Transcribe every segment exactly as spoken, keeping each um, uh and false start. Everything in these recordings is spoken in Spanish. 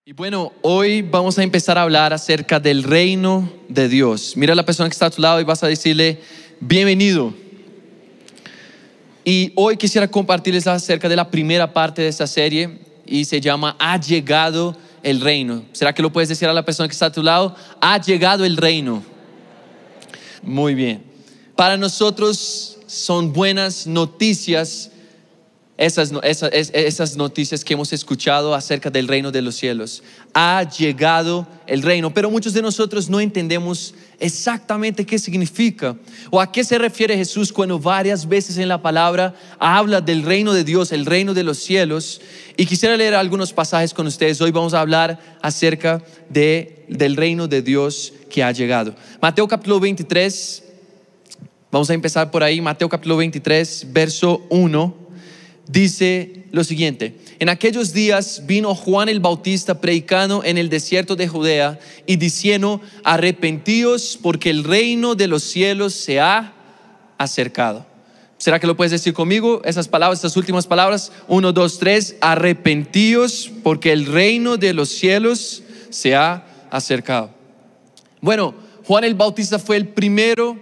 Y bueno, hoy vamos a empezar a hablar acerca del reino de Dios. Mira a la persona que está a tu lado y vas a decirle, bienvenido. Y hoy quisiera compartirles acerca de la primera parte de esta serie y se llama Ha llegado el reino. ¿Será que lo puedes decir a la persona que está a tu lado? Ha llegado el reino. Muy bien. Para nosotros son buenas noticias Esas, esas, esas noticias que hemos escuchado acerca del reino de los cielos. Ha llegado el reino, pero muchos de nosotros no entendemos exactamente qué significa o a qué se refiere Jesús cuando varias veces en la palabra habla del reino de Dios, el reino de los cielos. Y quisiera leer algunos pasajes con ustedes. Hoy vamos a hablar acerca de, del reino de Dios que ha llegado. Mateo capítulo veintitrés, vamos a empezar por ahí. Mateo capítulo veintitrés, verso uno. Dice lo siguiente: en aquellos días vino Juan el Bautista predicando en el desierto de Judea y diciendo, arrepentíos porque el reino de los cielos se ha acercado. ¿Será que lo puedes decir conmigo? Esas palabras, estas últimas palabras. Uno, dos, tres. Arrepentíos porque el reino de los cielos se ha acercado. Bueno, Juan el Bautista fue el primero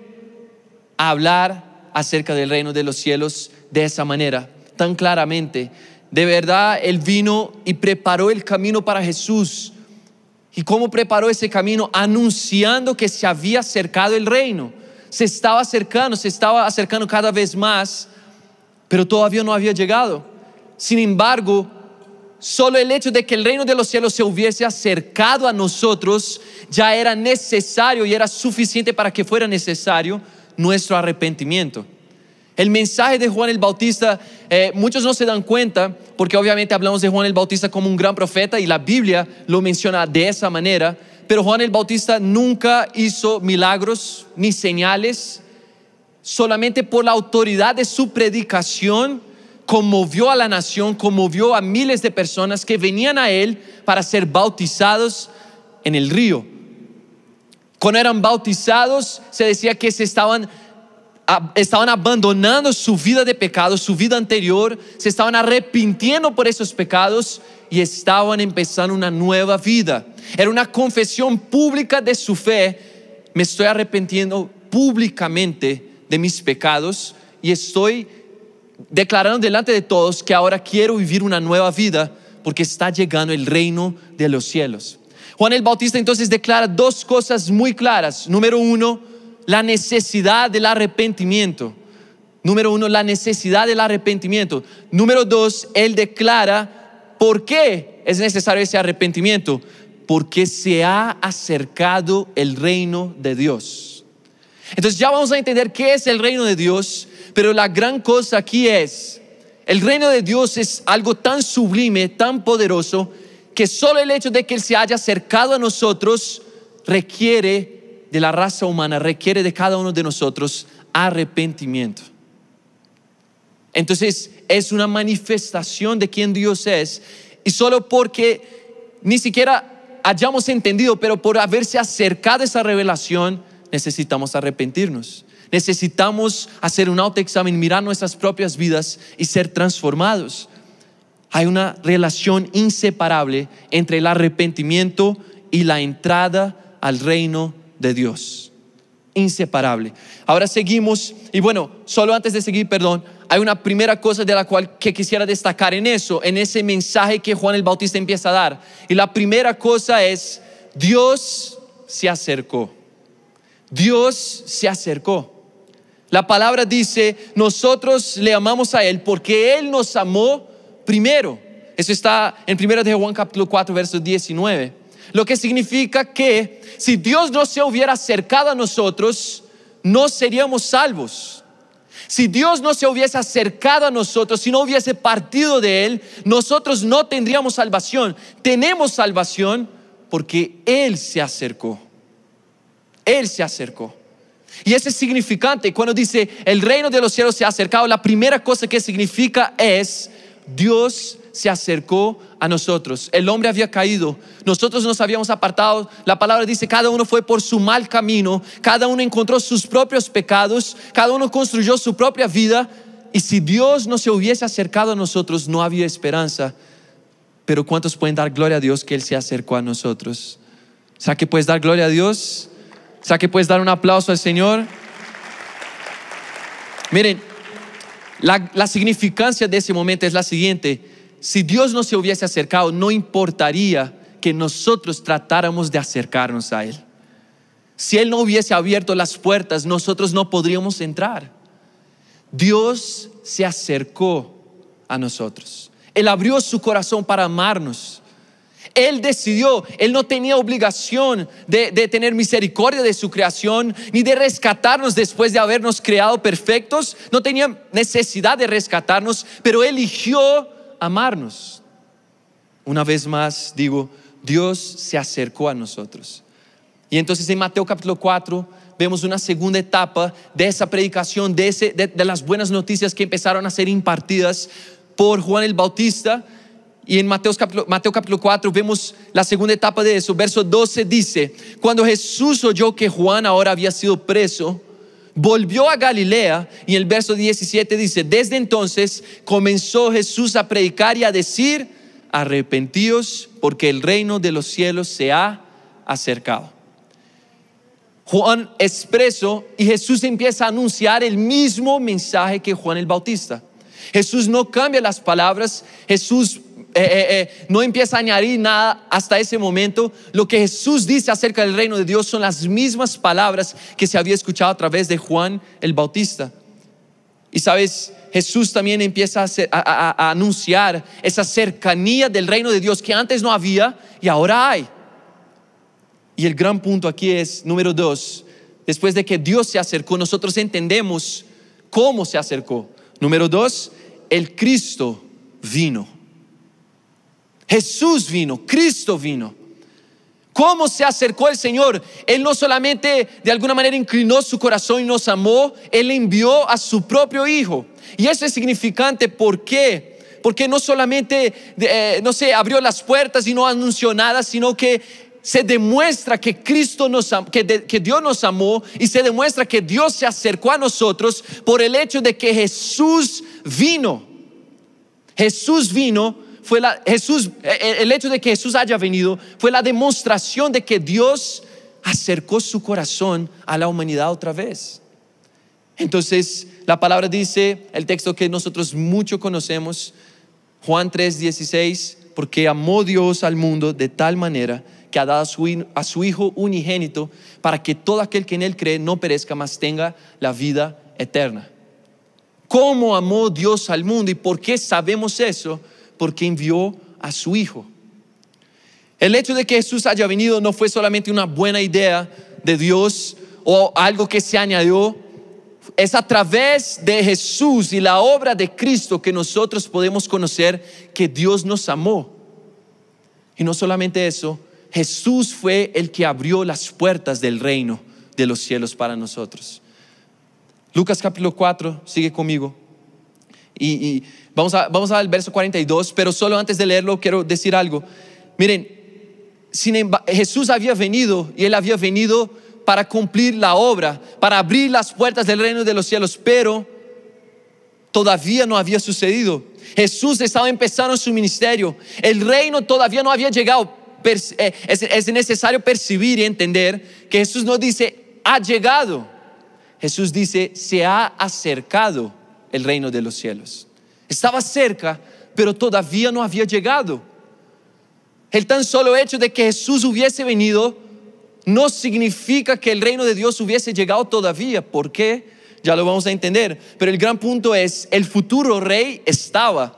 a hablar acerca del reino de los cielos de esa manera, tan claramente. De verdad, él vino y preparó el camino para Jesús. ¿Y cómo preparó ese camino? Anunciando que se había acercado el reino. Se estaba acercando, se estaba acercando cada vez más, pero todavía no había llegado. Sin embargo, solo el hecho de que el reino de los cielos se hubiese acercado a nosotros ya era necesario y era suficiente para que fuera necesario nuestro arrepentimiento. El mensaje de Juan el Bautista, eh, muchos no se dan cuenta porque obviamente hablamos de Juan el Bautista como un gran profeta y la Biblia lo menciona de esa manera, pero Juan el Bautista nunca hizo milagros ni señales. Solamente por la autoridad de su predicación conmovió a la nación, conmovió a miles de personas que venían a él para ser bautizados en el río. Cuando eran bautizados se decía que se estaban estaban abandonando su vida de pecado, su vida anterior, se estaban arrepintiendo por esos pecados y estaban empezando una nueva vida. Era una confesión pública de su fe. Me estoy arrepintiendo públicamente de mis pecados y estoy declarando delante de todos que ahora quiero vivir una nueva vida porque está llegando el reino de los cielos. Juan el Bautista entonces declara dos cosas muy claras. Número uno, la necesidad del arrepentimiento. Número uno, la necesidad del arrepentimiento. Número dos, él declara por qué es necesario ese arrepentimiento. Porque se ha acercado el reino de Dios. Entonces ya vamos a entender qué es el reino de Dios. Pero la gran cosa aquí es, el reino de Dios es algo tan sublime, tan poderoso, que solo el hecho de que Él se haya acercado a nosotros requiere de la raza humana, requiere de cada uno de nosotros arrepentimiento. Entonces es una manifestación de quién Dios es. Y solo porque ni siquiera hayamos entendido, pero por haberse acercado a esa revelación, necesitamos arrepentirnos. Necesitamos hacer un autoexamen, mirar nuestras propias vidas y ser transformados. Hay una relación inseparable entre el arrepentimiento y la entrada al reino de Dios. Inseparable. Ahora seguimos y bueno, solo antes de seguir, perdón, hay una primera cosa de la cual que quisiera destacar en eso, en ese mensaje que Juan el Bautista empieza a dar. Y la primera cosa es, Dios se acercó. Dios se acercó. La palabra dice, nosotros le amamos a Él porque Él nos amó primero. Eso está en primera de Juan capítulo cuatro, verso diecinueve. Lo que significa que si Dios no se hubiera acercado a nosotros, no seríamos salvos. Si Dios no se hubiese acercado a nosotros, si no hubiese partido de Él, nosotros no tendríamos salvación. Tenemos salvación porque Él se acercó. Él se acercó. Y ese es significante. Cuando dice el reino de los cielos se ha acercado, la primera cosa que significa es Dios se acercó a nosotros. El hombre había caído, nosotros nos habíamos apartado. La palabra dice, cada uno fue por su mal camino, cada uno encontró sus propios pecados, cada uno construyó su propia vida. Y si Dios no se hubiese acercado a nosotros, no había esperanza. Pero ¿cuántos pueden dar gloria a Dios que Él se acercó a nosotros? ¿Será que puedes dar gloria a Dios? ¿Será que puedes dar un aplauso al Señor? Miren, la, la significancia de ese momento es la siguiente: si Dios no se hubiese acercado, no importaría que nosotros tratáramos de acercarnos a Él. Si Él no hubiese abierto las puertas, nosotros no podríamos entrar. Dios se acercó a nosotros. Él abrió su corazón para amarnos. Él decidió, Él no tenía obligación de, de tener misericordia de su creación, ni de rescatarnos después de habernos creado perfectos. No tenía necesidad de rescatarnos, pero eligió amarnos. Una vez más digo, Dios se acercó a nosotros. Y entonces en Mateo capítulo cuatro vemos una segunda etapa de esa predicación, de, ese, de, de las buenas noticias que empezaron a ser impartidas por Juan el Bautista. Y en Mateo capítulo, Mateo capítulo cuatro vemos la segunda etapa de eso. Verso doce dice: cuando Jesús oyó que Juan ahora había sido preso, volvió a Galilea. Y el verso diecisiete dice: desde entonces comenzó Jesús a predicar y a decir: arrepentíos, porque el reino de los cielos se ha acercado. Juan es preso y Jesús empieza a anunciar el mismo mensaje que Juan el Bautista. Jesús no cambia las palabras. Jesús eh, eh, eh, no empieza a añadir nada hasta ese momento. Lo que Jesús dice acerca del reino de Dios son las mismas palabras que se había escuchado a través de Juan el Bautista. Y sabes, Jesús también empieza a, hacer, a, a, a anunciar esa cercanía del reino de Dios que antes no había y ahora hay. Y el gran punto aquí es, número dos, después de que Dios se acercó, nosotros entendemos cómo se acercó. Número dos, el Cristo vino. Jesús vino, Cristo vino. ¿Cómo se acercó el Señor? Él no solamente de alguna manera inclinó su corazón y nos amó, Él envió a su propio Hijo. Y eso es significante. ¿Por qué? Porque no solamente, eh, no sé, abrió las puertas y no anunció nada, sino que se demuestra que Cristo nos que, de, que Dios nos amó, y se demuestra que Dios se acercó a nosotros por el hecho de que Jesús vino. Jesús vino fue la Jesús el hecho de que Jesús haya venido fue la demostración de que Dios acercó su corazón a la humanidad otra vez. Entonces la palabra dice, el texto que nosotros mucho conocemos, Juan tres dieciséis: porque amó Dios al mundo de tal manera que ha dado a su, a su Hijo unigénito, para que todo aquel que en Él cree no perezca, mas tenga la vida eterna. ¿Cómo amó Dios al mundo? ¿Y por qué sabemos eso? Porque envió a su Hijo. El hecho de que Jesús haya venido no fue solamente una buena idea de Dios o algo que se añadió. Es a través de Jesús y la obra de Cristo que nosotros podemos conocer que Dios nos amó. Y no solamente eso, Jesús fue el que abrió las puertas del reino de los cielos para nosotros. Lucas capítulo cuatro, sigue conmigo. Y, y vamos a, vamos al verso cuarenta y dos, pero solo antes de leerlo quiero decir algo. Miren, sin embargo, Jesús había venido y Él había venido para cumplir la obra, para abrir las puertas del reino de los cielos, pero todavía no había sucedido. Jesús estaba empezando su ministerio. El reino todavía no había llegado. Es necesario percibir y entender que Jesús no dice ha llegado. Jesús dice se ha acercado el reino de los cielos. Estaba cerca, pero todavía no había llegado. El tan solo hecho de que Jesús hubiese venido no significa que el reino de Dios hubiese llegado todavía. ¿Por qué? Ya lo vamos a entender. Pero el gran punto es, el futuro rey estaba.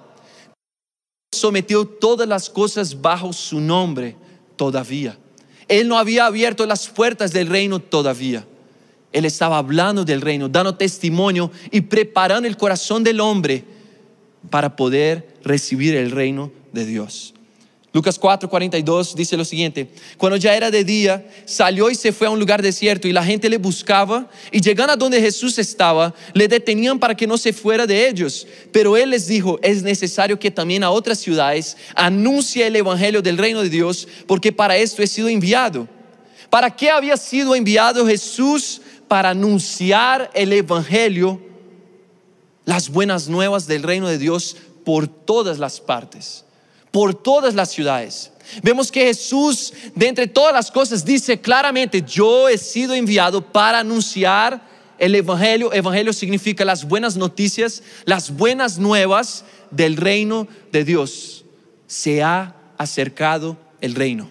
Sometió todas las cosas bajo su nombre todavía. Él no había abierto las puertas del reino todavía. Él estaba hablando del reino, dando testimonio y preparando el corazón del hombre para poder recibir el reino de Dios. Lucas cuatro cuarenta y dos dice lo siguiente: cuando ya era de día, salió y se fue a un lugar desierto, y la gente le buscaba, y llegando a donde Jesús estaba, le detenían para que no se fuera de ellos. Pero él les dijo: es necesario que también a otras ciudades anuncie el evangelio del reino de Dios, porque para esto he sido enviado. ¿Para qué había sido enviado Jesús? Para anunciar el evangelio, las buenas nuevas del reino de Dios, por todas las partes. por todas las ciudades. Vemos que Jesús, de entre todas las cosas, dice claramente: yo he sido enviado para anunciar el evangelio. Evangelio significa las buenas noticias, las buenas nuevas del reino de Dios. Se ha acercado el reino.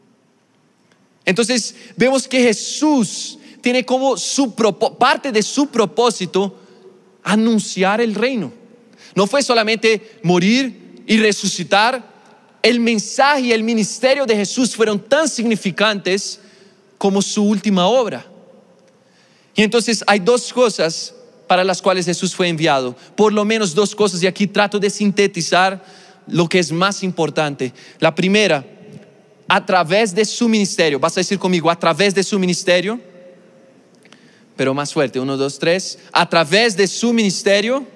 Entonces vemos que Jesús tiene como su parte de su propósito anunciar el reino. No fue solamente morir y resucitar. El mensaje y el ministerio de Jesús fueron tan significantes como su última obra. Y entonces hay dos cosas para las cuales Jesús fue enviado. Por lo menos dos cosas, y aquí trato de sintetizar lo que es más importante. La primera, a través de su ministerio. Vas a decir conmigo: a través de su ministerio. Pero más fuerte, uno, dos, tres. A través de su ministerio,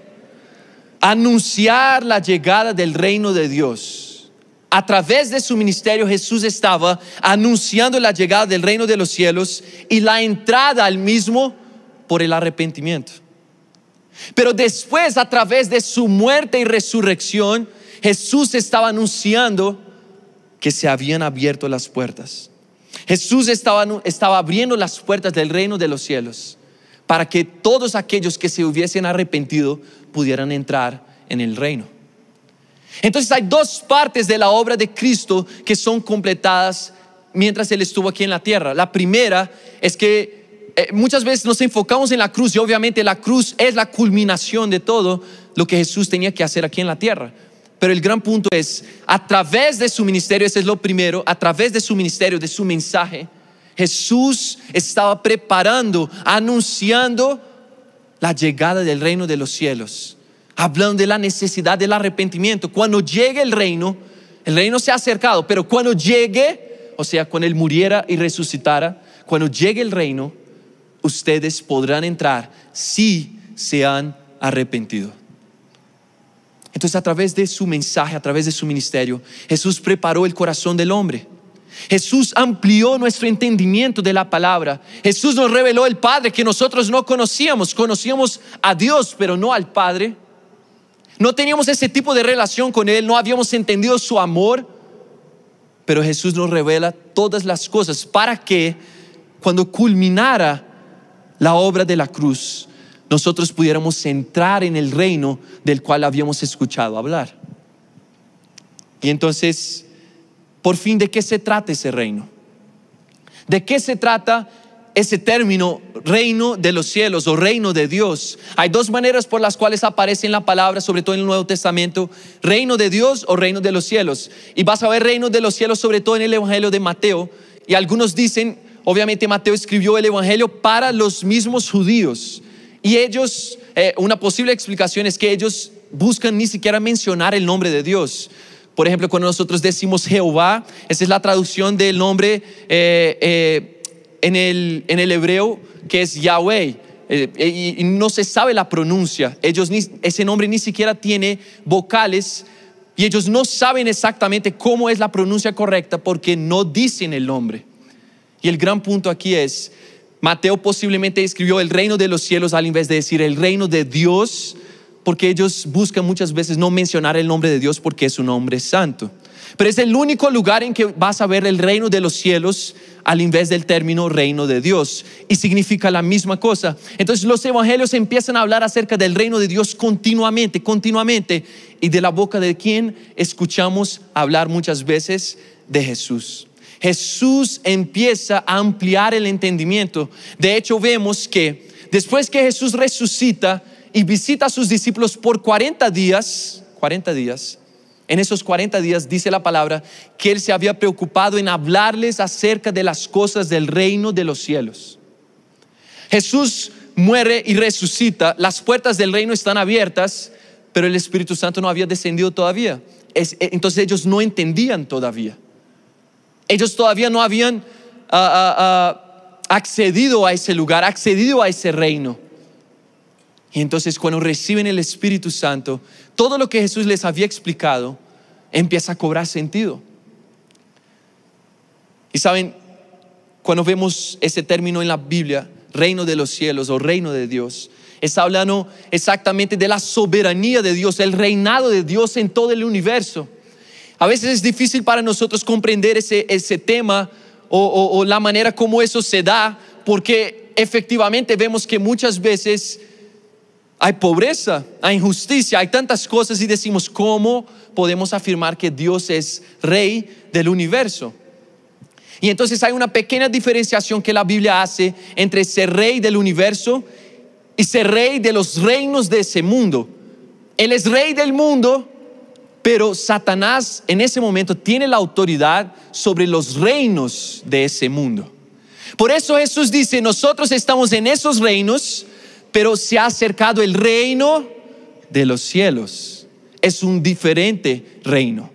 anunciar la llegada del reino de Dios. A través de su ministerio, Jesús estaba anunciando la llegada del reino de los cielos y la entrada al mismo por el arrepentimiento. Pero después, a través de su muerte y resurrección, Jesús estaba anunciando que se habían abierto las puertas. Jesús estaba, estaba abriendo las puertas del reino de los cielos para que todos aquellos que se hubiesen arrepentido pudieran entrar en el reino. Entonces hay dos partes de la obra de Cristo que son completadas mientras Él estuvo aquí en la tierra. La primera es que eh, muchas veces nos enfocamos en la cruz, y obviamente la cruz es la culminación de todo lo que Jesús tenía que hacer aquí en la tierra. Pero el gran punto es, a través de su ministerio, ese es lo primero, a través de su ministerio, de su mensaje, Jesús estaba preparando, anunciando la llegada del reino de los cielos, hablando de la necesidad del arrepentimiento. Cuando llegue el reino, el reino se ha acercado, pero cuando llegue, o sea, cuando Él muriera y resucitara, cuando llegue el reino, ustedes podrán entrar si se han arrepentido. Entonces, a través de su mensaje, a través de su ministerio, Jesús preparó el corazón del hombre. Jesús amplió nuestro entendimiento de la palabra. Jesús nos reveló el Padre que nosotros no conocíamos. Conocíamos a Dios, pero no al Padre. No teníamos ese tipo de relación con Él, no habíamos entendido su amor. Pero Jesús nos revela todas las cosas para que cuando culminara la obra de la cruz, nosotros pudiéramos entrar en el reino del cual habíamos escuchado hablar. Y entonces, por fin, ¿de qué se trata ese reino? ¿De qué se trata ese término reino de los cielos o reino de Dios? Hay dos maneras por las cuales aparece en la palabra, sobre todo en el Nuevo Testamento: reino de Dios o reino de los cielos. Y vas a ver reino de los cielos sobre todo en el Evangelio de Mateo. Y algunos dicen, obviamente Mateo escribió el Evangelio para los mismos judíos. Y ellos, eh, una posible explicación es que ellos buscan ni siquiera mencionar el nombre de Dios. Por ejemplo, cuando nosotros decimos Jehová, esa es la traducción del nombre eh, eh, en, el, en el hebreo, que es Yahweh. Eh, y, y no se sabe la pronuncia. Ellos ni, ese nombre ni siquiera tiene vocales, y ellos no saben exactamente cómo es la pronuncia correcta porque no dicen el nombre. Y el gran punto aquí es, Mateo posiblemente escribió el reino de los cielos al invés de decir el reino de Dios, porque ellos buscan muchas veces no mencionar el nombre de Dios porque es un nombre santo. Pero es el único lugar en que vas a ver el reino de los cielos al invés del término reino de Dios, y significa la misma cosa. Entonces los evangelios empiezan a hablar acerca del reino de Dios continuamente, continuamente. Y de la boca de quien escuchamos hablar muchas veces: de Jesús. Jesús empieza a ampliar el entendimiento. De hecho, vemos que después que Jesús resucita y visita a sus discípulos por cuarenta días, cuarenta días, en esos cuarenta días dice la palabra que Él se había preocupado en hablarles acerca de las cosas del reino de los cielos. Jesús muere y resucita, las puertas del reino están abiertas, pero el Espíritu Santo no había descendido todavía. Es, entonces ellos no entendían todavía. Ellos todavía no habían uh, uh, uh, accedido a ese lugar, accedido a ese reino. Y entonces cuando reciben el Espíritu Santo, todo lo que Jesús les había explicado empieza a cobrar sentido. Y saben, cuando vemos ese término en la Biblia, reino de los cielos o reino de Dios, está hablando exactamente de la soberanía de Dios, el reinado de Dios en todo el universo. A veces es difícil para nosotros comprender ese, ese tema o, o, o la manera como eso se da, porque efectivamente vemos que muchas veces hay pobreza, hay injusticia, hay tantas cosas y decimos, ¿cómo podemos afirmar que Dios es rey del universo? Y entonces hay una pequeña diferenciación que la Biblia hace entre ser rey del universo y ser rey de los reinos de ese mundo. Él es rey del mundo, pero Satanás en ese momento tiene la autoridad sobre los reinos de ese mundo. Por eso Jesús dice, nosotros estamos en esos reinos, pero se ha acercado el reino de los cielos. Es un diferente reino.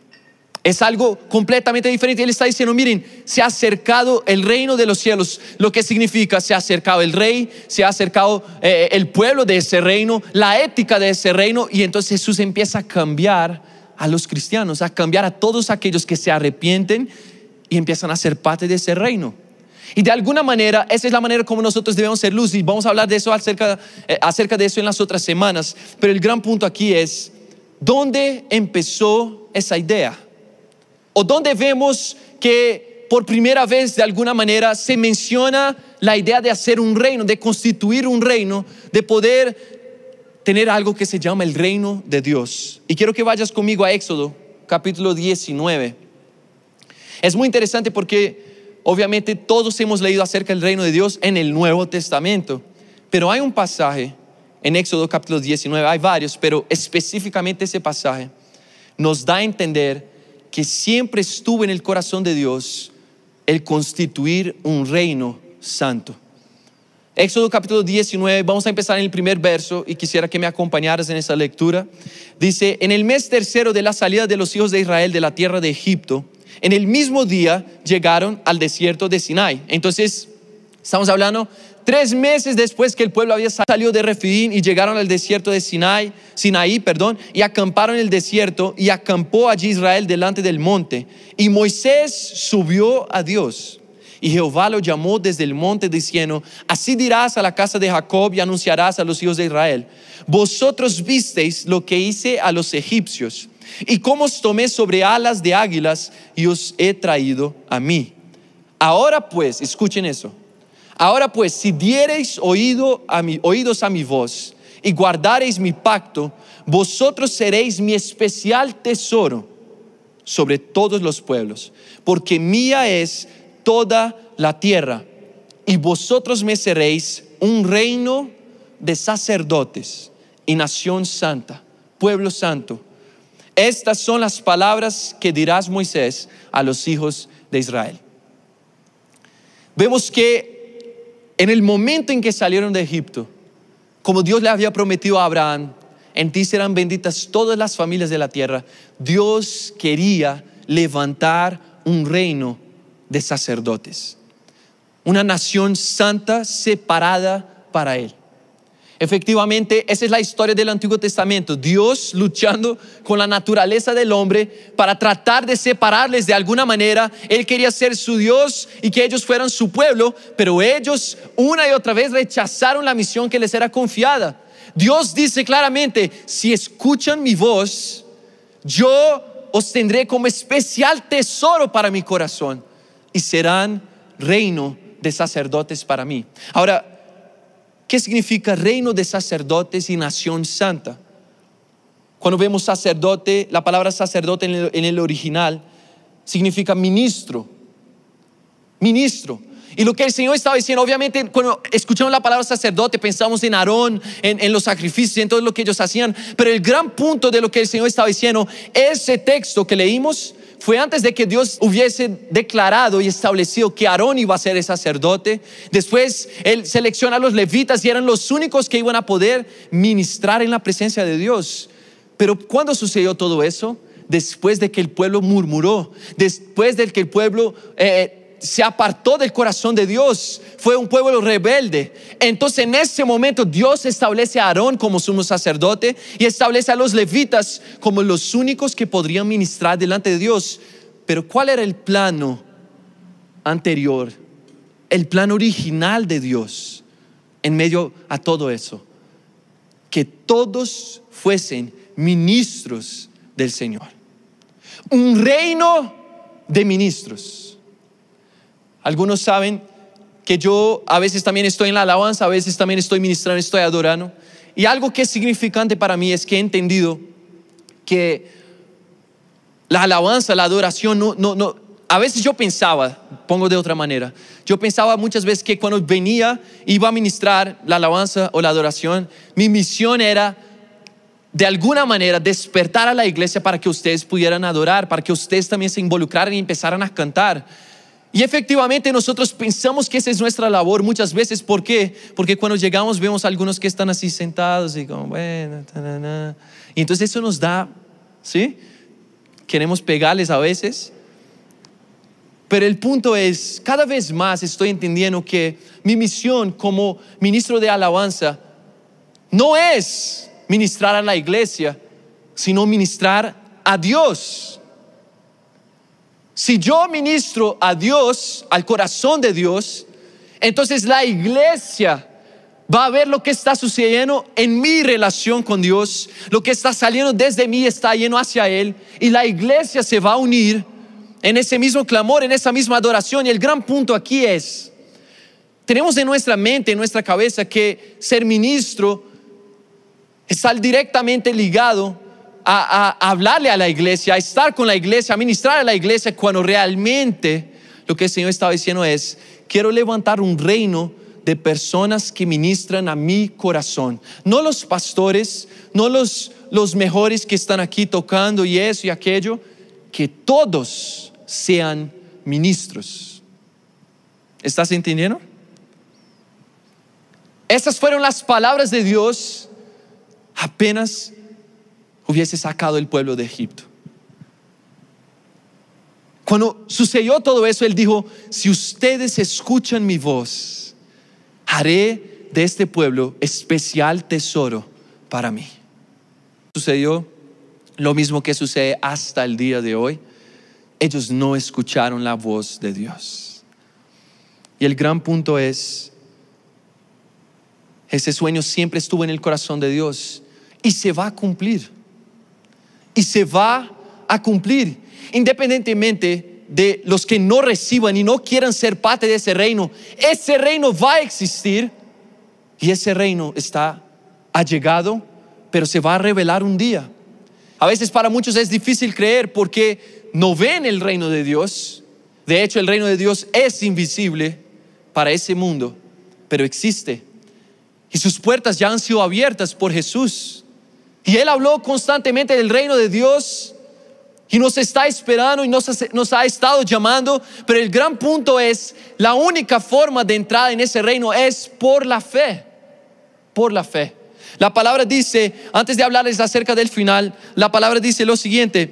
Es algo completamente diferente. Él está diciendo, miren, se ha acercado el reino de los cielos. Lo que significa, se ha acercado el rey, se ha acercado eh, el pueblo de ese reino, la ética de ese reino. Y entonces Jesús empieza a cambiar a los cristianos, a cambiar a todos aquellos que se arrepienten y empiezan a ser parte de ese reino. Y de alguna manera, esa es la manera como nosotros debemos ser luz. Y vamos a hablar de eso acerca, eh, acerca de eso en las otras semanas. Pero el gran punto aquí es, ¿dónde empezó esa idea? ¿O dónde vemos que por primera vez de alguna manera se menciona la idea de hacer un reino, de constituir un reino, de poder tener algo que se llama el reino de Dios? Y quiero que vayas conmigo a Éxodo capítulo diecinueve. Es muy interesante porque obviamente todos hemos leído acerca del reino de Dios en el Nuevo Testamento, pero hay un pasaje en Éxodo capítulo diecinueve, hay varios, pero específicamente ese pasaje nos da a entender que siempre estuvo en el corazón de Dios el constituir un reino santo. Éxodo capítulo diecinueve, vamos a empezar en el primer verso y quisiera que me acompañaras en esa lectura. Dice, en el mes tercero de la salida de los hijos de Israel de la tierra de Egipto, en el mismo día llegaron al desierto de Sinai. Entonces, estamos hablando tres meses después que el pueblo había salido de Refidim y llegaron al desierto de Sinai, Sinaí, perdón, y acamparon en el desierto, y acampó allí Israel delante del monte. Y Moisés subió a Dios, y Jehová lo llamó desde el monte diciendo, así dirás a la casa de Jacob y anunciarás a los hijos de Israel, vosotros visteis lo que hice a los egipcios, y cómo os tomé sobre alas de águilas y os he traído a mí. Ahora pues, escuchen eso. Ahora pues, si diereis oído a mi, oídos a mi voz y guardareis mi pacto, vosotros seréis mi especial tesoro sobre todos los pueblos, porque mía es toda la tierra, y vosotros me seréis un reino de sacerdotes y nación santa, pueblo santo. Estas son las palabras que dirás, Moisés, a los hijos de Israel. Vemos que en el momento en que salieron de Egipto, como Dios le había prometido a Abraham, en ti serán benditas todas las familias de la tierra, Dios quería levantar un reino de sacerdotes, una nación santa separada para Él. Efectivamente, esa es la historia del Antiguo Testamento. Dios luchando con la naturaleza del hombre para tratar de separarles de alguna manera. Él quería ser su Dios y que ellos fueran su pueblo, pero ellos una y otra vez rechazaron la misión que les era confiada. Dios dice claramente, si escuchan mi voz, yo os tendré como especial tesoro para mi corazón y serán reino de sacerdotes para mí. Ahora, ¿qué significa reino de sacerdotes y nación santa? Cuando vemos sacerdote, la palabra sacerdote en el, en el original significa ministro. Ministro. Y lo que el Señor estaba diciendo, obviamente cuando escuchamos la palabra sacerdote pensamos en Aarón, en, en los sacrificios, en todo lo que ellos hacían. Pero el gran punto de lo que el Señor estaba diciendo, ese texto que leímos fue antes de que Dios hubiese declarado y establecido que Aarón iba a ser el sacerdote. Después Él selecciona a los levitas y eran los únicos que iban a poder ministrar en la presencia de Dios. Pero ¿cuándo sucedió todo eso? Después de que el pueblo murmuró, después de que el pueblo eh, se apartó del corazón de Dios, fue un pueblo rebelde. Entonces en ese momento Dios establece a Aarón como sumo sacerdote y establece a los levitas como los únicos que podrían ministrar delante de Dios. Pero ¿cuál era el plano anterior? El plan original de Dios en medio a todo eso, que todos fuesen ministros del Señor. Un reino de ministros. Algunos saben que yo a veces también estoy en la alabanza, a veces también estoy ministrando, estoy adorando. Y algo que es significante para mí es que he entendido que la alabanza, la adoración, no, no, no. A veces yo pensaba, pongo de otra manera, yo pensaba muchas veces que cuando venía, iba a ministrar la alabanza o la adoración, mi misión era de alguna manera despertar a la iglesia para que ustedes pudieran adorar, para que ustedes también se involucraran y empezaran a cantar. Y efectivamente nosotros pensamos que esa es nuestra labor muchas veces. ¿Por qué? Porque cuando llegamos vemos a algunos que están así sentados y como bueno, ta, na, na. Y entonces eso nos da, ¿sí? Queremos pegarles a veces. Pero el punto es, cada vez más estoy entendiendo que mi misión como ministro de alabanza no es ministrar a la iglesia, sino ministrar a Dios. Si yo ministro a Dios, al corazón de Dios, entonces la iglesia va a ver lo que está sucediendo en mi relación con Dios, lo que está saliendo desde mí está yendo hacia Él, y la iglesia se va a unir en ese mismo clamor, en esa misma adoración. Y el gran punto aquí es, tenemos en nuestra mente, en nuestra cabeza, que ser ministro está directamente ligado a, a, a hablarle a la iglesia, a estar con la iglesia, a ministrar a la iglesia, cuando realmente lo que el Señor estaba diciendo es, quiero levantar un reino de personas que ministran a mi corazón. No los pastores, no los, los mejores que están aquí tocando y eso y aquello, que todos sean ministros. ¿Estás entendiendo? Esas fueron las palabras de Dios apenas hubiese sacado el pueblo de Egipto. Cuando sucedió todo eso, Él dijo, si ustedes escuchan mi voz, haré de este pueblo especial tesoro para mí. Sucedió lo mismo que sucede hasta el día de hoy. Ellos no escucharon la voz de Dios. Y el gran punto es, ese sueño siempre estuvo en el corazón de Dios y se va a cumplir. Y se va a cumplir independientemente de los que no reciban y no quieran ser parte de ese reino. Ese reino va a existir y ese reino está allegado, pero se va a revelar un día. A veces para muchos es difícil creer porque no ven el reino de Dios. De hecho, el reino de Dios es invisible para ese mundo, pero existe. Y sus puertas ya han sido abiertas por Jesús. Y Él habló constantemente del reino de Dios y nos está esperando y nos ha, nos ha estado llamando. Pero el gran punto es, la única forma de entrada en ese reino es por la fe. Por la fe. La palabra dice, antes de hablarles acerca del final, la palabra dice lo siguiente.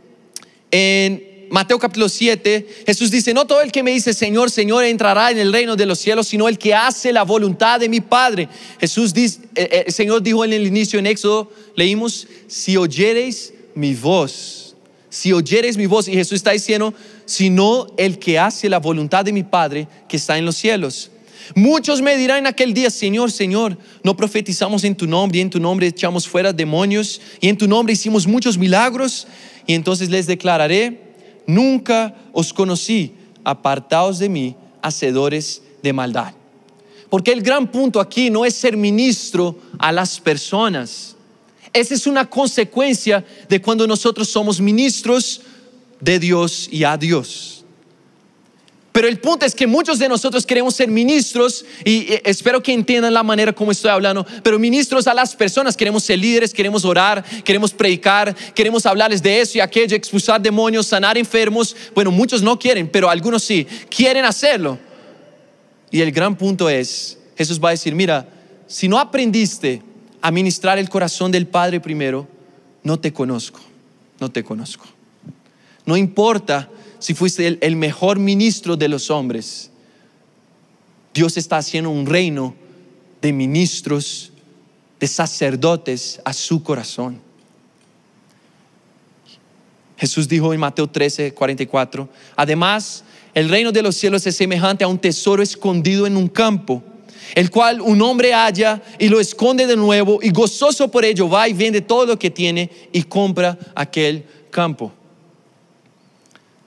En Mateo capítulo siete, Jesús dice, no todo el que me dice Señor, Señor entrará en el reino de los cielos, sino el que hace la voluntad de mi Padre. Jesús dice, eh, el Señor dijo en el inicio en Éxodo, leímos, si oyereis mi voz, si oyereis mi voz, y Jesús está diciendo, sino el que hace la voluntad de mi Padre que está en los cielos. Muchos me dirán en aquel día, Señor, Señor, no profetizamos en tu nombre, y en tu nombre echamos fuera demonios, y en tu nombre hicimos muchos milagros. Y entonces les declararé, nunca os conocí, apartaos de mí, hacedores de maldad. Porque el gran punto aquí no es ser ministro a las personas. Esa es una consecuencia de cuando nosotros somos ministros de Dios y a Dios. Pero el punto es que muchos de nosotros queremos ser ministros, y espero que entiendan la manera como estoy hablando, pero ministros a las personas. Queremos ser líderes, queremos orar, queremos predicar, queremos hablarles de eso y aquello, expulsar demonios, sanar enfermos. Bueno, muchos no quieren, pero algunos sí, quieren hacerlo. Y el gran punto es, Jesús va a decir, mira, si no aprendiste a ministrar el corazón del Padre primero, no te conozco, no te conozco. No importa si fuiste el, el mejor ministro de los hombres, Dios está haciendo un reino de ministros, de sacerdotes a su corazón. Jesús dijo en Mateo trece, cuarenta y cuatro, además, el reino de los cielos es semejante a un tesoro escondido en un campo, el cual un hombre halla y lo esconde de nuevo, y gozoso por ello va y vende todo lo que tiene y compra aquel campo.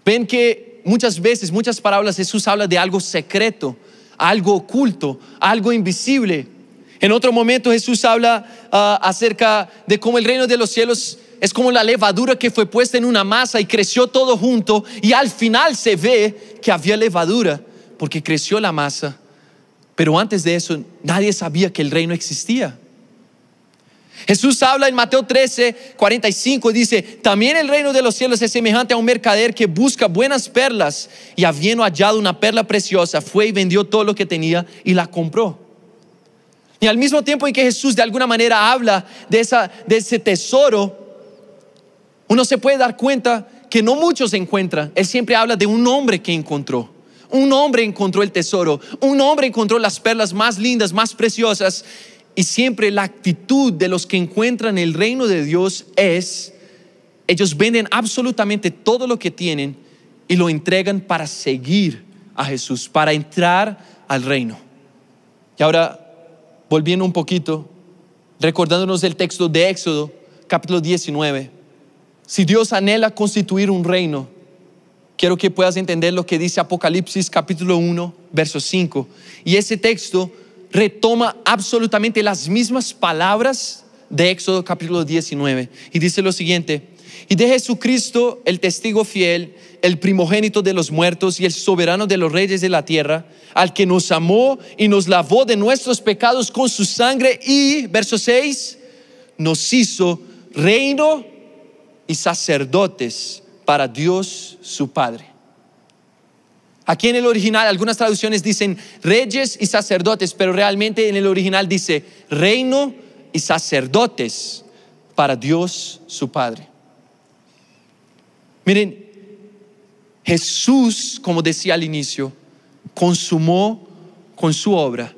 Ven que muchas veces, muchas parábolas, Jesús habla de algo secreto, algo oculto, algo invisible. En otro momento Jesús habla uh, acerca de cómo el reino de los cielos es como la levadura que fue puesta en una masa y creció todo junto, y al final se ve que había levadura porque creció la masa, pero antes de eso nadie sabía que el reino existía. Jesús habla en Mateo trece, cuarenta y cinco y dice: también el reino de los cielos es semejante a un mercader que busca buenas perlas, y habiendo hallado una perla preciosa, fue y vendió todo lo que tenía y la compró. Y al mismo tiempo en que Jesús de alguna manera habla de, esa, de ese tesoro, uno se puede dar cuenta que no muchos encuentran. Él siempre habla de un hombre que encontró. Un hombre encontró el tesoro. Un hombre encontró las perlas más lindas, más preciosas. Y siempre la actitud de los que encuentran el reino de Dios es: ellos venden absolutamente todo lo que tienen y lo entregan para seguir a Jesús, para entrar al reino. Y ahora, volviendo un poquito, recordándonos del texto de Éxodo, capítulo diecinueve. Si Dios anhela constituir un reino, quiero que puedas entender lo que dice Apocalipsis capítulo uno, verso cinco. Y ese texto retoma absolutamente las mismas palabras de Éxodo capítulo diecinueve. Y dice lo siguiente: y de Jesucristo, el testigo fiel, el primogénito de los muertos y el soberano de los reyes de la tierra, al que nos amó y nos lavó de nuestros pecados con su sangre, y, verso seis, nos hizo reino y sacerdotes para Dios su Padre. Aquí en el original algunas traducciones dicen reyes y sacerdotes, pero realmente en el original dice reino y sacerdotes para Dios su Padre. Miren, Jesús, como decía al inicio, consumó con su obra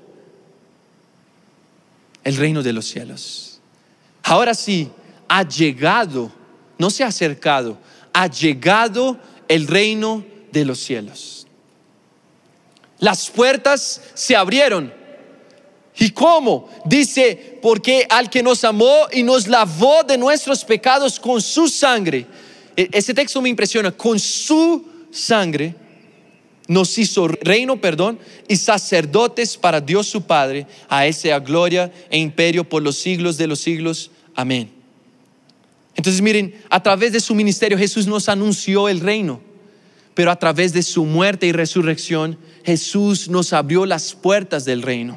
el reino de los cielos. Ahora sí, ha llegado, no se ha acercado, ha llegado el reino de los cielos. Las puertas se abrieron. ¿Y cómo? Dice: porque al que nos amó y nos lavó de nuestros pecados con su sangre. Ese texto me impresiona. Con su sangre nos hizo reino, perdón, y sacerdotes para Dios su Padre. A Él sea gloria e imperio por los siglos de los siglos. Amén. Entonces miren, a través de su ministerio Jesús nos anunció el reino, pero a través de su muerte y resurrección Jesús nos abrió las puertas del reino.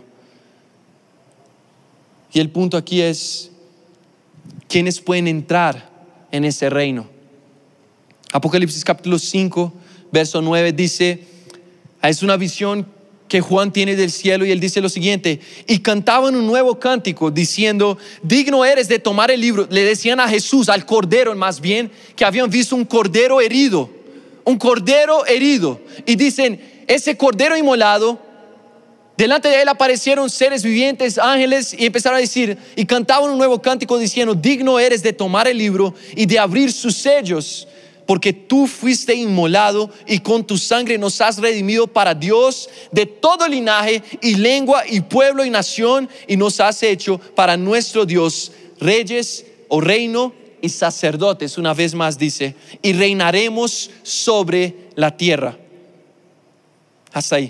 Y el punto aquí es: ¿quiénes pueden entrar en ese reino? Apocalipsis capítulo cinco, verso nueve dice, es una visión que Juan tiene del cielo, y él dice lo siguiente: y cantaban un nuevo cántico diciendo: digno eres de tomar el libro. Le decían a Jesús, al cordero más bien, que habían visto un cordero herido, un cordero herido, y dicen: ese cordero inmolado, delante de él aparecieron seres vivientes, ángeles, y empezaron a decir, y cantaban un nuevo cántico diciendo: digno eres de tomar el libro y de abrir sus sellos, porque tú fuiste inmolado y con tu sangre nos has redimido para Dios de todo linaje y lengua y pueblo y nación, y nos has hecho para nuestro Dios reyes o reino y sacerdotes. Una vez más dice: y reinaremos sobre la tierra. Hasta ahí.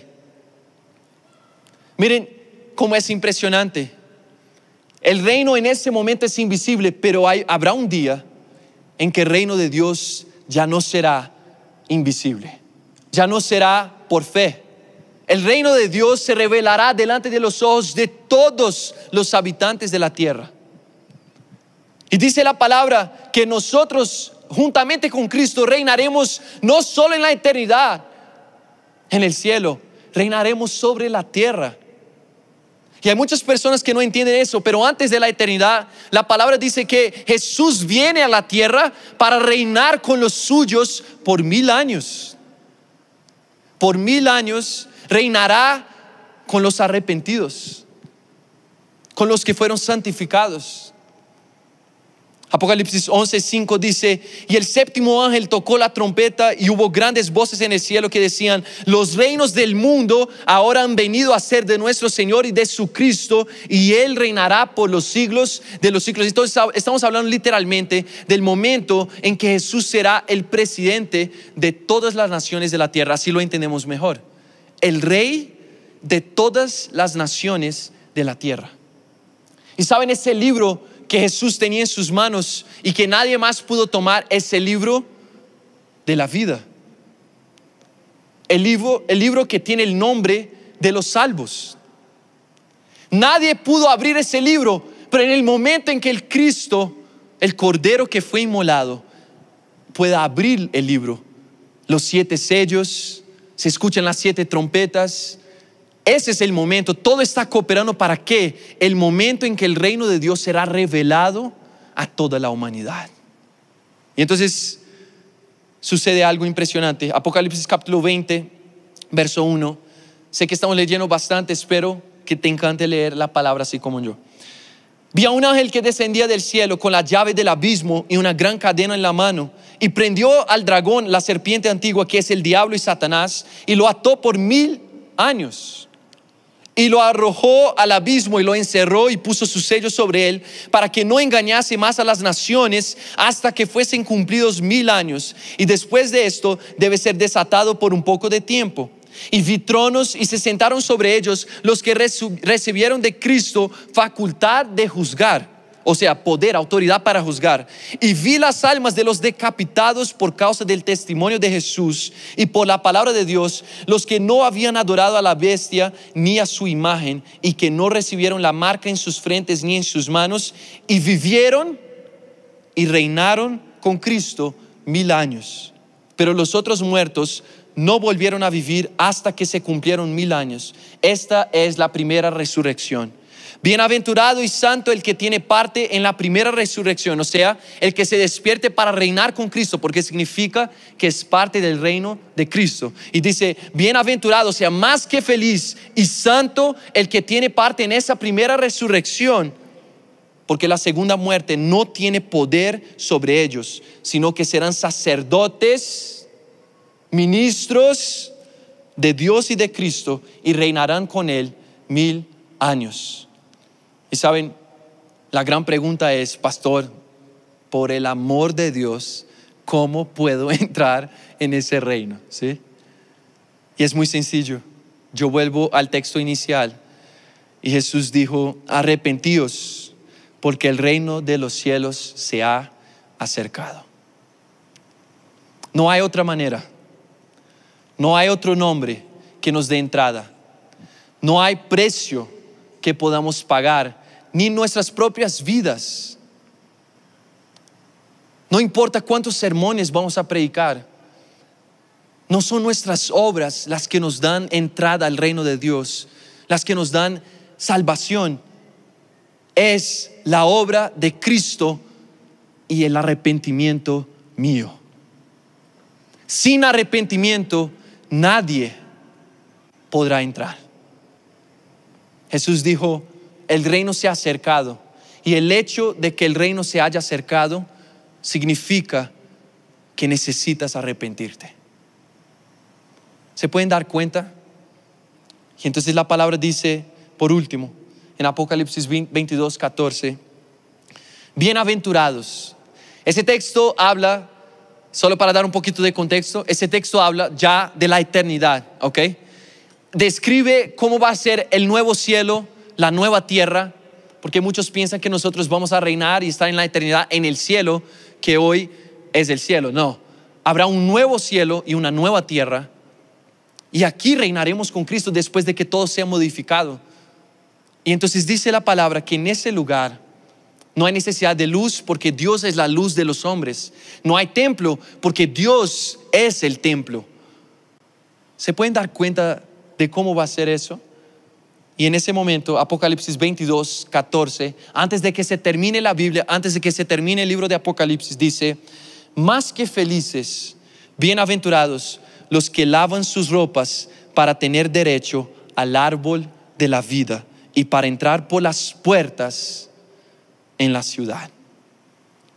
Miren cómo es impresionante. El reino en ese momento es invisible, pero hay, habrá un día en que el reino de Dios ya no será invisible, ya no será por fe. El reino de Dios se revelará delante de los ojos de todos los habitantes de la tierra. Y dice la palabra que nosotros juntamente con Cristo reinaremos no solo en la eternidad, en el cielo, reinaremos sobre la tierra. Y hay muchas personas que no entienden eso, pero antes de la eternidad, la palabra dice que Jesús viene a la tierra para reinar con los suyos por mil años. Por mil años reinará con los arrepentidos, con los que fueron santificados. Apocalipsis once cinco dice: y el séptimo ángel tocó la trompeta y hubo grandes voces en el cielo que decían: los reinos del mundo ahora han venido a ser de nuestro Señor y de su Cristo, y Él reinará por los siglos de los siglos. Entonces estamos hablando literalmente del momento en que Jesús será el presidente de todas las naciones de la tierra. Así lo entendemos mejor: el rey de todas las naciones de la tierra. Y saben, ese libro que Jesús tenía en sus manos y que nadie más pudo tomar, ese libro de la vida, el libro, el libro que tiene el nombre de los salvos. Nadie pudo abrir ese libro, pero en el momento en que el Cristo, el Cordero que fue inmolado, pueda abrir el libro, los siete sellos, se escuchan las siete trompetas. Ese es el momento. Todo está cooperando para que el momento en que el reino de Dios será revelado a toda la humanidad. Y entonces sucede algo impresionante. Apocalipsis capítulo veinte, verso uno. Sé que estamos leyendo bastante, espero que te encante leer la palabra así como yo. Vi a un ángel que descendía del cielo con la llave del abismo y una gran cadena en la mano, y prendió al dragón, la serpiente antigua, que es el diablo y Satanás, y lo ató por mil años. Y lo arrojó al abismo y lo encerró y puso su sello sobre él, para que no engañase más a las naciones hasta que fuesen cumplidos mil años. Y después de esto debe ser desatado por un poco de tiempo. Y vi tronos y se sentaron sobre ellos los que recibieron de Cristo facultad de juzgar, o sea, poder, autoridad para juzgar. Y vi las almas de los decapitados por causa del testimonio de Jesús y por la palabra de Dios, los que no habían adorado a la bestia ni a su imagen, y que no recibieron la marca en sus frentes ni en sus manos, y vivieron y reinaron con Cristo mil años. Pero los otros muertos no volvieron a vivir hasta que se cumplieron mil años. Esta es la primera resurrección. Bienaventurado y santo el que tiene parte en la primera resurrección, o sea, el que se despierte para reinar con Cristo, porque significa que es parte del reino de Cristo. Y dice: bienaventurado, o sea, más que feliz, y santo el que tiene parte en esa primera resurrección, porque la segunda muerte no tiene poder sobre ellos, sino que serán sacerdotes, ministros de Dios y de Cristo, y reinarán con Él mil años. Y saben, la gran pregunta es: pastor, por el amor de Dios, ¿cómo puedo entrar en ese reino? ¿Sí? Y es muy sencillo. Yo vuelvo al texto inicial y Jesús dijo: arrepentíos, porque el reino de los cielos se ha acercado. No hay otra manera, no hay otro nombre que nos dé entrada, no hay precio que podamos pagar, ni nuestras propias vidas. No importa cuántos sermones vamos a predicar, no son nuestras obras las que nos dan entrada al reino de Dios, las que nos dan salvación. Es la obra de Cristo y el arrepentimiento mío. Sin arrepentimiento nadie podrá entrar. Jesús dijo: el reino se ha acercado, y el hecho de que el reino se haya acercado significa que necesitas arrepentirte. ¿Se pueden dar cuenta? Y entonces la palabra dice, por último, en Apocalipsis veintidós, catorce: bienaventurados. Ese texto habla, solo para dar un poquito de contexto, ese texto habla ya de la eternidad, ¿ok? Describe cómo va a ser el nuevo cielo, la nueva tierra, porque muchos piensan que nosotros vamos a reinar y estar en la eternidad en el cielo, que hoy es el cielo. No, habrá un nuevo cielo y una nueva tierra, y aquí reinaremos con Cristo después de que todo sea modificado. Y entonces dice la palabra que en ese lugar no hay necesidad de luz, porque Dios es la luz de los hombres. No hay templo, porque Dios es el templo. ¿Se pueden dar cuenta de cómo va a ser eso? Y en ese momento, Apocalipsis veintidós, catorce, antes de que se termine la Biblia, antes de que se termine el libro de Apocalipsis, dice: más que felices, bienaventurados los que lavan sus ropas para tener derecho al árbol de la vida y para entrar por las puertas en la ciudad.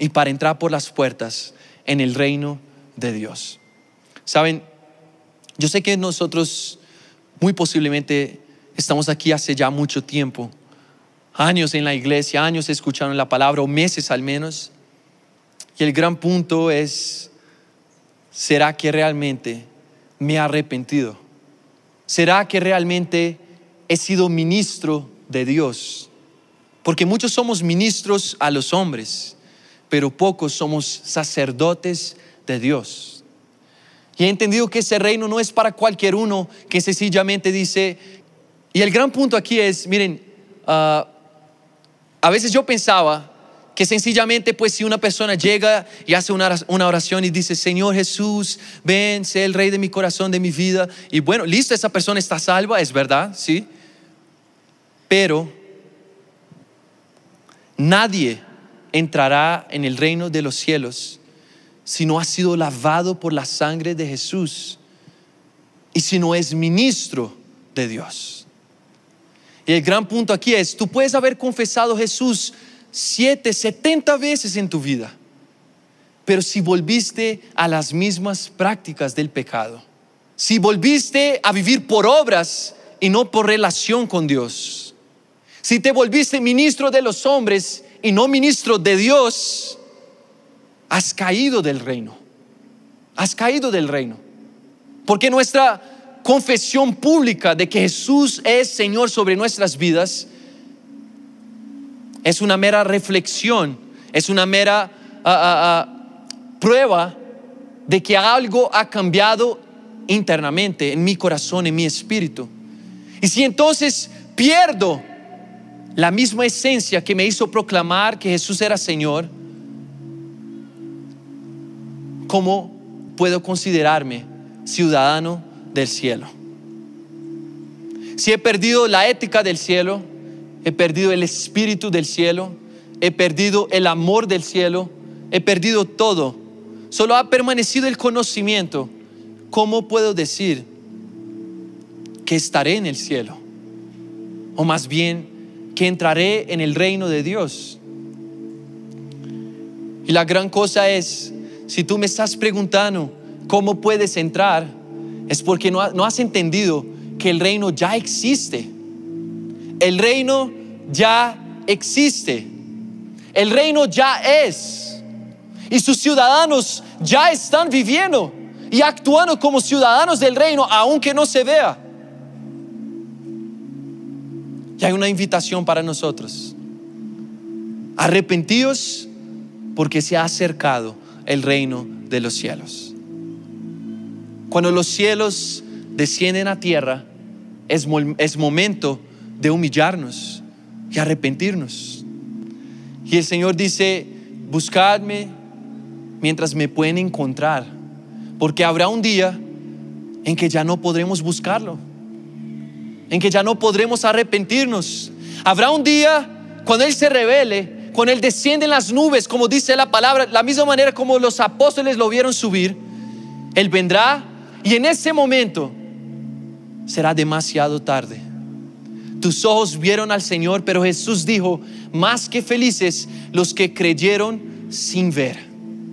y para entrar por las puertas en el reino de Dios. Saben, yo sé que nosotros muy posiblemente estamos aquí hace ya mucho tiempo, años en la iglesia, años escuchando la palabra, o meses al menos. Y el gran punto es, ¿será que realmente me he arrepentido? ¿Será que realmente he sido ministro de Dios? Porque muchos somos ministros a los hombres, pero pocos somos sacerdotes de Dios. Y he entendido que ese reino no es para cualquier uno que sencillamente dice. Y el gran punto aquí es, miren, uh, a veces yo pensaba que sencillamente pues si una persona llega y hace una, una oración y dice: Señor Jesús, ven, sé el rey de mi corazón, de mi vida, y bueno, listo, esa persona está salva, es verdad, sí. Pero nadie entrará en el reino de los cielos si no ha sido lavado por la sangre de Jesús y si no es ministro de Dios. Y el gran punto aquí es, tú puedes haber confesado a Jesús siete, setenta veces en tu vida, pero si volviste a las mismas prácticas del pecado, si volviste a vivir por obras y no por relación con Dios, si te volviste ministro de los hombres y no ministro de Dios, has caído del reino. Has caído del reino. Porque nuestra confesión pública de que Jesús es Señor sobre nuestras vidas es una mera reflexión, es una mera uh, uh, uh, prueba de que algo ha cambiado internamente en mi corazón, en mi espíritu. Y si entonces pierdo la misma esencia que me hizo proclamar que Jesús era Señor, ¿cómo puedo considerarme ciudadano del cielo? Si he perdido la ética del cielo, he perdido el espíritu del cielo, he perdido el amor del cielo, he perdido todo, solo ha permanecido el conocimiento, ¿cómo puedo decir que estaré en el cielo? O más bien, que entraré en el reino de Dios. Y la gran cosa es, si tú me estás preguntando cómo puedes entrar, es porque no, no has entendido que el reino ya existe. El reino ya existe. El reino ya es. Y sus ciudadanos ya están viviendo y actuando como ciudadanos del reino, aunque no se vea. Y hay una invitación para nosotros: arrepentíos, porque se ha acercado el reino de los cielos. Cuando los cielos descienden a tierra, es, es momento de humillarnos y arrepentirnos. Y el Señor dice: buscadme mientras me pueden encontrar, porque habrá un día en que ya no podremos buscarlo, en que ya no podremos arrepentirnos. Habrá un día cuando Él se revele, cuando Él desciende en las nubes, como dice la palabra, la misma manera como los apóstoles lo vieron subir. Él vendrá y en ese momento será demasiado tarde. Tus ojos vieron al Señor, pero Jesús dijo: más que felices los que creyeron sin ver.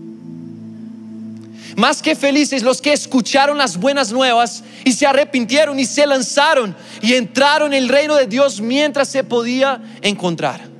Más que felices los que escucharon las buenas nuevas y se arrepintieron y se lanzaron y entraron en el reino de Dios mientras se podía encontrar.